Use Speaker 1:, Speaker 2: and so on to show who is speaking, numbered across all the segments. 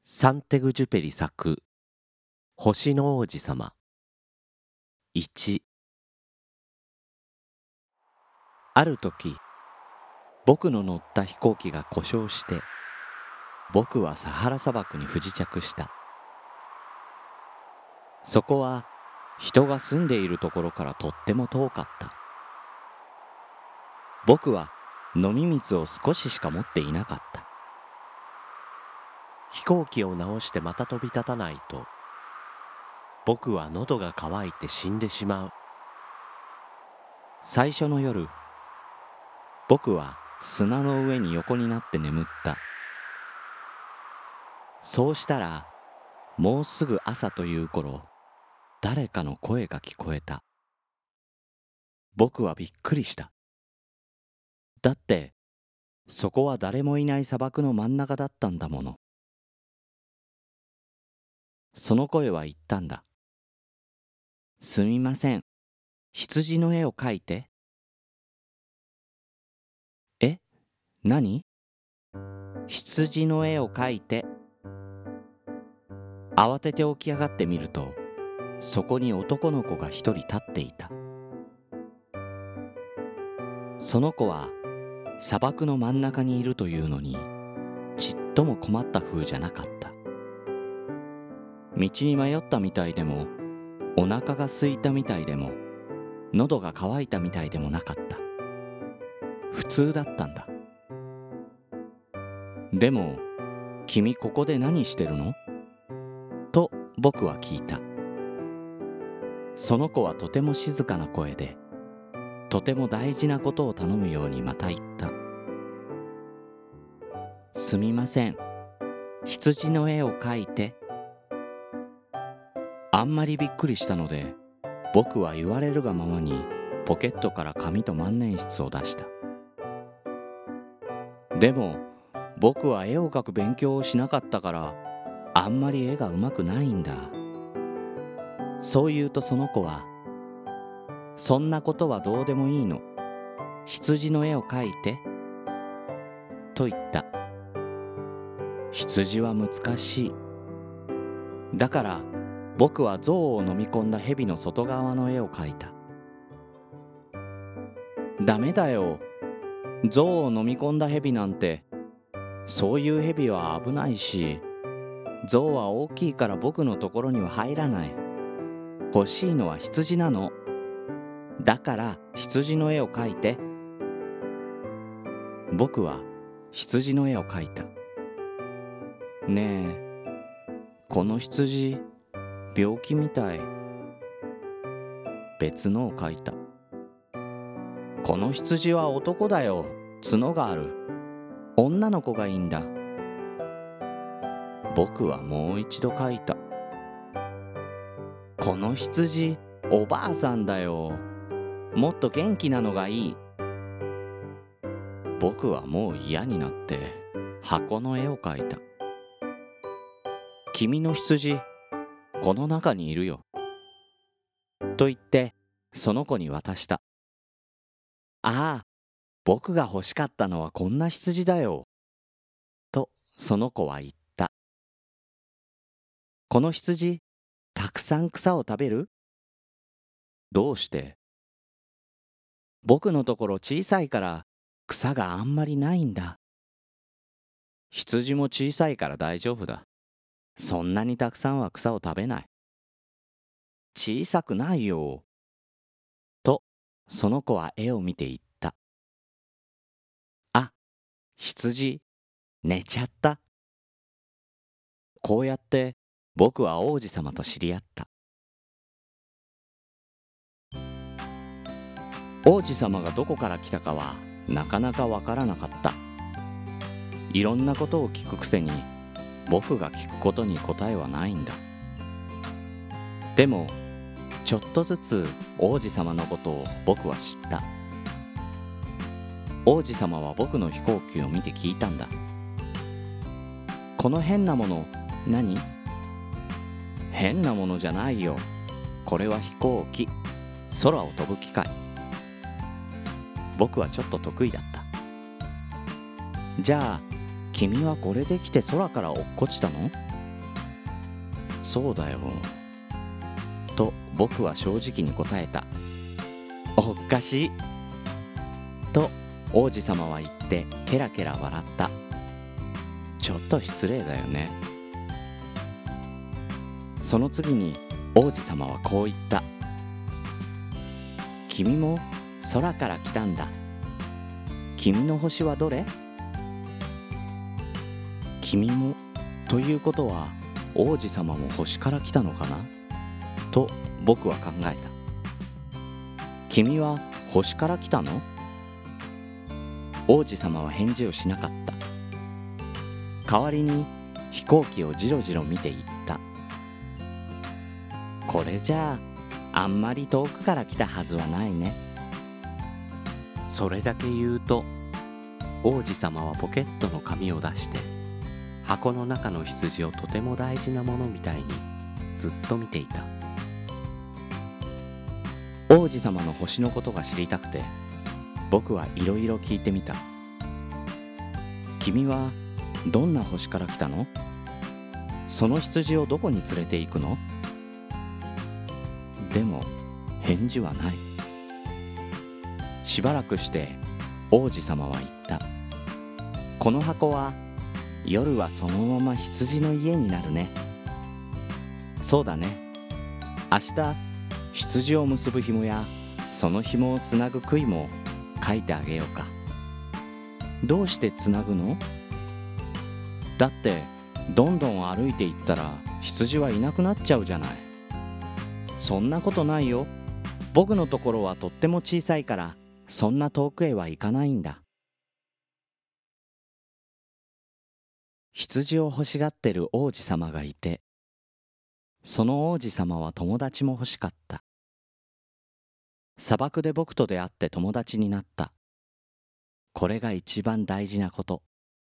Speaker 1: サンテグジュペリ作星の王子様1。ある時、僕の乗った飛行機が故障して、僕はサハラ砂漠に不時着した。そこは人が住んでいるところからとっても遠かった。僕は飲み水を少ししか持っていなかった。飛行機を直してまた飛び立たないと、僕は喉が渇いて死んでしまう。最初の夜、僕は砂の上に横になって眠った。そうしたら、もうすぐ朝という頃、誰かの声が聞こえた。僕はびっくりした。だって、そこは誰もいない砂漠の真ん中だったんだもの。その声は言ったんだ。すみません、羊の絵を描いて。え、何？羊の絵を描いて。慌てて起き上がってみると、そこに男の子が一人立っていた。その子は砂漠の真ん中にいるというのに、ちっとも困った風じゃなかった。道に迷ったみたいでも、お腹が空いたみたいでも、喉が渇いたみたいでもなかった。普通だったんだ。でも、君ここで何してるの？と僕は聞いた。その子はとても静かな声で、とても大事なことを頼むようにまた言った。すみません、羊の絵を描いて。あんまりびっくりしたので、僕は言われるがままにポケットから紙と万年筆を出した。でも僕は絵を描く勉強をしなかったから、あんまり絵がうまくないんだ。そう言うとその子は、そんなことはどうでもいいの。羊の絵を描いて。と言った。羊は難しい。だから僕は象を飲み込んだ蛇の外側の絵を描いた。ダメだよ。象を飲み込んだ蛇なんて、そういう蛇は危ないし、象は大きいから僕のところには入らない。欲しいのは羊なの。だから羊の絵を描いて。僕は羊の絵を描いた。ねえ、この羊、病気みたい。別のを描いた。この羊は男だよ。角がある。女の子がいいんだ。僕はもう一度描いた。この羊、おばあさんだよ。もっと元気なのがいい。僕はもう嫌になって箱の絵を描いた。君の羊、この中にいるよ。と言ってその子に渡した。ああ、僕が欲しかったのはこんな羊だよ。とその子は言った。この羊、たくさん草を食べる？どうして？僕のところ小さいから草があんまりないんだ。羊も小さいから大丈夫だ。そんなにたくさんは草を食べない。小さくないよ。とその子は絵を見て言った。あ、羊、寝ちゃった。こうやって僕は王子様と知り合った。王子様がどこから来たかはなかなかわからなかった。いろんなことを聞くくせに、僕が聞くことに答えはないんだ。でもちょっとずつ王子様のことを僕は知った。王子様は僕の飛行機を見て聞いたんだ。この変なもの、何？変なものじゃないよ。これは飛行機、空を飛ぶ機械。僕はちょっと得意だった。じゃあ君はこれで来て空から落っこちたの？ そうだよ。と僕は正直に答えた。おかしい。と王子様は言ってケラケラ笑った。ちょっと失礼だよね。その次に王子様はこう言った。君も空から来たんだ。君の星はどれ？君もということは王子様も星から来たのかなと僕は考えた。君は星から来たの？王子様は返事をしなかった。代わりに飛行機をじろじろ見ていった。これじゃあんまり遠くから来たはずはないね。
Speaker 2: それだけ言うと、王子様はポケットの紙を出して、箱の中の羊をとても大事なものみたいにずっと見ていた。
Speaker 1: 王子様の星のことが知りたくて、僕はいろいろ聞いてみた。君はどんな星から来たの？その羊をどこに連れて行くの？でも返事はない。しばらくして王子様は言った。この箱は夜はそのまま羊の家になるね。そうだね。明日羊を結ぶ紐やその紐をつなぐ杭も書いてあげようか。どうしてつなぐの？だってどんどん歩いていったら羊はいなくなっちゃうじゃない。そんなことないよ。僕のところはとっても小さいからそんな遠くへは行かないんだ。羊を欲しがってる王子様がいて、その王子様は友達も欲しかった。砂漠で僕と出会って友達になった。これが一番大事なこと。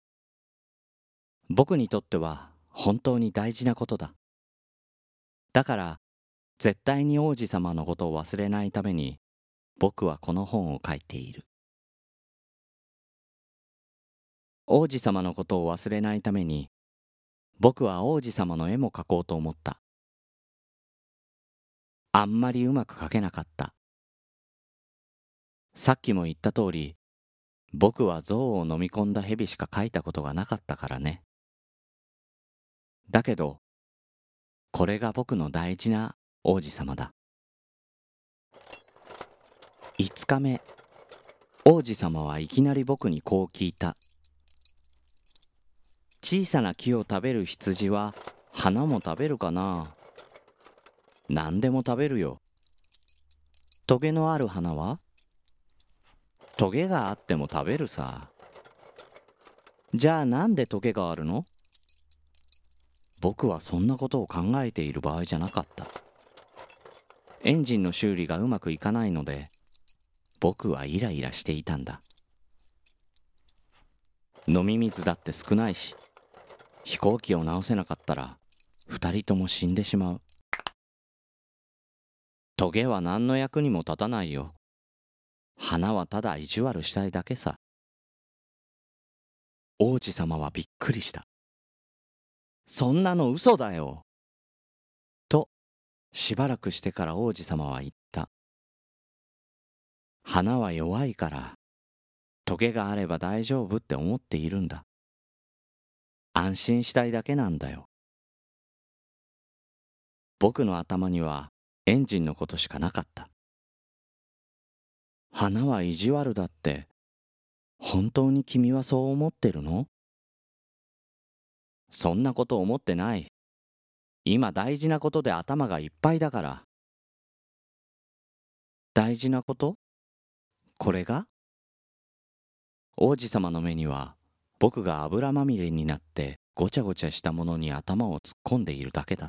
Speaker 1: 僕にとっては本当に大事なことだ。だから絶対に王子様のことを忘れないために僕はこの本を書いている。王子様のことを忘れないために僕は王子様の絵も描こうと思った。あんまりうまく描けなかった。さっきも言った通り、僕は象を飲み込んだ蛇しか描いたことがなかったからね。だけどこれが僕の大事な王子様だ。5日目、王子様はいきなり僕にこう聞いた。小さな木を食べる羊は花も食べるかな？何でも食べるよ。トゲのある花は？トゲがあっても食べるさ。じゃあなんでトゲがあるの？僕はそんなことを考えている場合じゃなかった。エンジンの修理がうまくいかないので、僕はイライラしていたんだ。飲み水だって少ないし、飛行機を直せなかったら2人とも死んでしまう。トゲは何の役にも立たないよ。花はただ意地悪したいだけさ。王子様はびっくりした。そんなの嘘だよ。と、しばらくしてから王子様は言った。花は弱いから、トゲがあれば大丈夫って思っているんだ。安心したいだけなんだよ。僕の頭にはエンジンのことしかなかった。花は意地悪だって、本当に君はそう思ってるの？そんなこと思ってない。今大事なことで頭がいっぱいだから。大事なこと？これが？王子様の目には僕が油まみれになってごちゃごちゃしたものに頭を突っ込んでいるだけだった。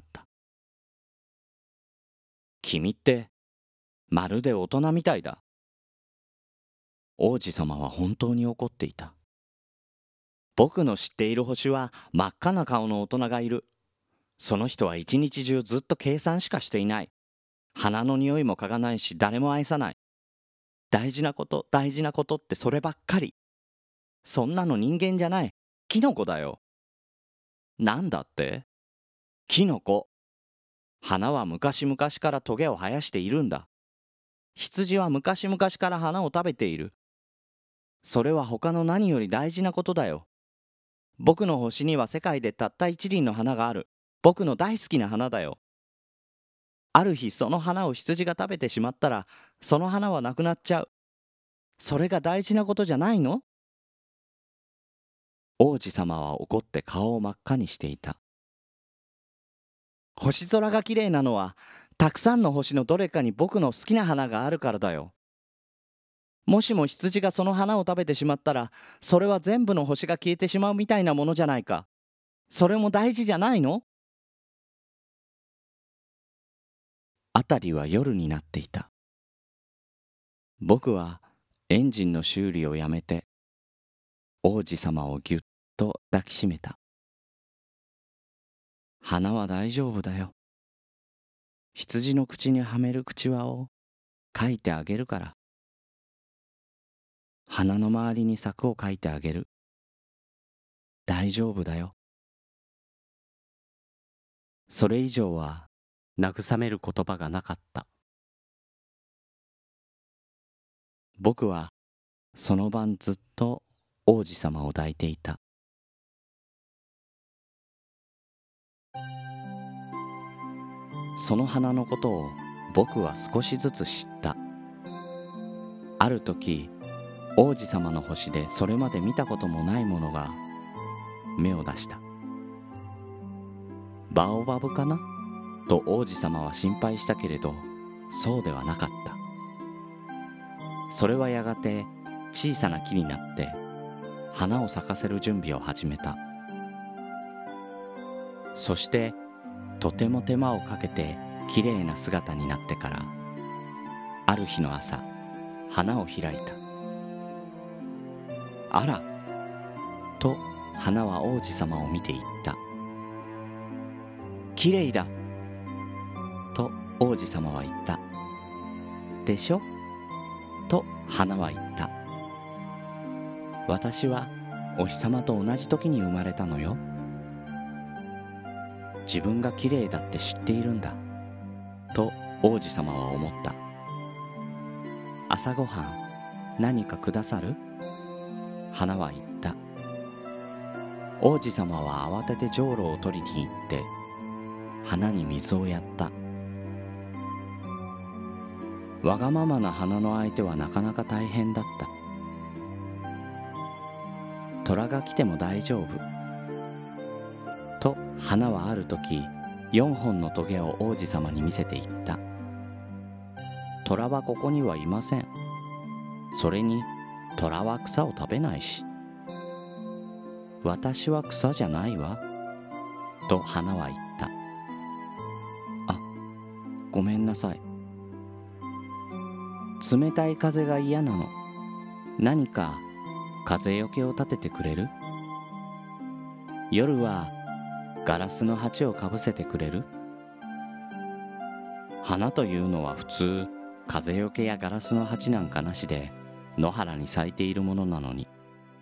Speaker 1: 君ってまるで大人みたいだ。王子様は本当に怒っていた。僕の知っている星は真っ赤な顔の大人がいる。その人は一日中ずっと計算しかしていない。花の匂いも嗅がないし誰も愛さない。大事なこと、大事なことってそればっかり。そんなの人間じゃない。キノコだよ。なんだって？キノコ。 花は昔々からトゲを生やしているんだ。羊は昔々から花を食べている。それは他の何より大事なことだよ。僕の星には世界でたった一輪の花がある。僕の大好きな花だよ。ある日その花を羊が食べてしまったら、その花はなくなっちゃう。それが大事なことじゃないの？王子様は怒って顔を真っ赤にしていた。星空がきれいなのは、たくさんの星のどれかに僕の好きな花があるからだよ。もしも羊がその花を食べてしまったら、それは全部の星が消えてしまうみたいなものじゃないか。それも大事じゃないの？あたりは夜になっていた。僕はエンジンの修理をやめて、王子様をぎゅっと抱きしめた。花は大丈夫だよ。羊の口にはめる口輪を描いてあげるから。花の周りに柵を描いてあげる。大丈夫だよ。それ以上は慰める言葉がなかった。僕はその晩ずっと王子様を抱いていた。その花のことを僕は少しずつ知った。ある時、王子様の星でそれまで見たこともないものが芽を出した。バオバブかなと王子様は心配したけれど、そうではなかった。それはやがて小さな木になって花を咲かせる準備を始めた。そしてとても手間をかけてきれいな姿になってから、ある日の朝、花を開いた。あらと花は王子様を見て言った。きれいだと王子様は言った。でしょと花は言った。私はお日様と同じ時に生まれたのよ。自分がきれいだって知っているんだと王子様は思った。朝ごはん何かくださる？花は言った。王子様は慌ててじょうろを取りに行って花に水をやった。わがままな花の相手はなかなか大変だった。虎が来ても大丈夫と花はある時4本のトゲを王子様に見せて言った。虎はここにはいません。それに虎は草を食べないし。私は草じゃないわと花は言った。あ、ごめんなさい。冷たい風が嫌なの。何か風よけを立ててくれる？夜はガラスの鉢をかぶせてくれる？花というのは普通風よけやガラスの鉢なんかなしで野原に咲いているものなのに。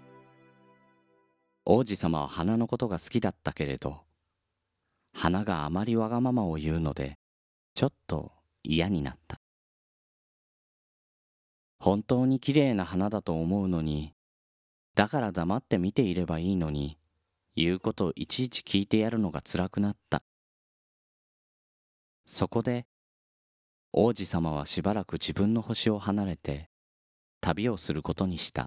Speaker 1: 王子様は花のことが好きだったけれど、花があまりわがままを言うのでちょっと嫌になった。本当にきれいな花だと思うのに、だから黙って見ていればいいのに、言うことをいちいち聞いてやるのが辛くなった。そこで王子様はしばらく自分の星を離れて旅をすることにした。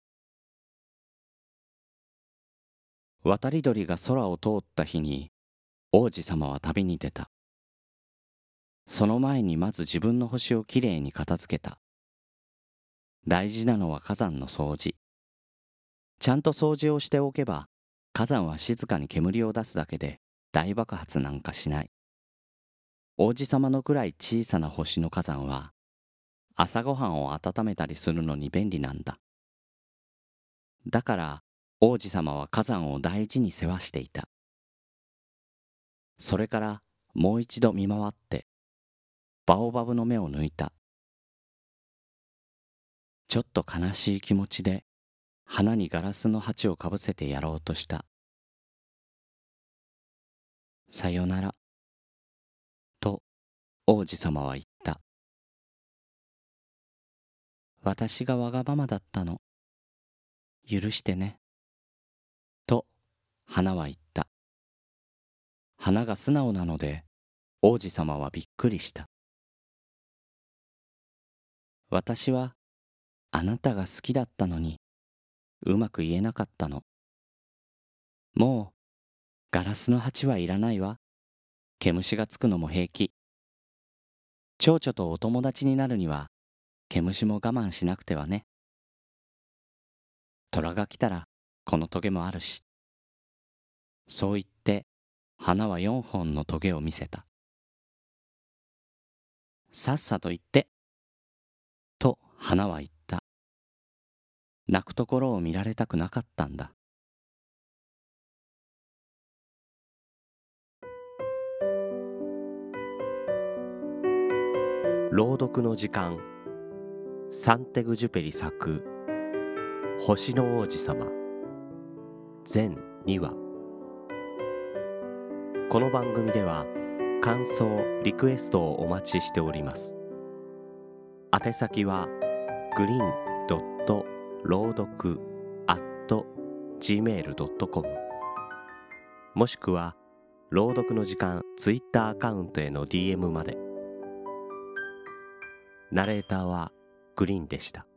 Speaker 1: 渡り鳥が空を通った日に王子様は旅に出た。その前にまず自分の星をきれいに片付けた。大事なのは火山の掃除。ちゃんと掃除をしておけば、火山は静かに煙を出すだけで大爆発なんかしない。王子様のくらい小さな星の火山は、朝ごはんを温めたりするのに便利なんだ。だから王子様は火山を大事に世話していた。それからもう一度見回って、バオバブの芽を抜いた。ちょっと悲しい気持ちで花にガラスの鉢をかぶせてやろうとした。さよならと王子様は言った。私がわがままだったの。許してね。と、花は言った。花が素直なので、王子様はびっくりした。私は、あなたが好きだったのに、うまく言えなかったの。もう、ガラスの鉢はいらないわ。毛虫がつくのも平気。蝶々とお友達になるには、毛虫も我慢しなくてはね。虎が来たら、このトゲもあるし。そう言って、花は4本のトゲを見せた。さっさと言って、と花は言った。泣くところを見られたくなかったんだ。
Speaker 2: 朗読の時間。サンテグジュペリ作星の王子様全2話。この番組では感想リクエストをお待ちしております。宛先はgreen.朗読@gmail.com もしくは朗読の時間ツイッターアカウントへの DM まで。ナレーターはグリーンでした。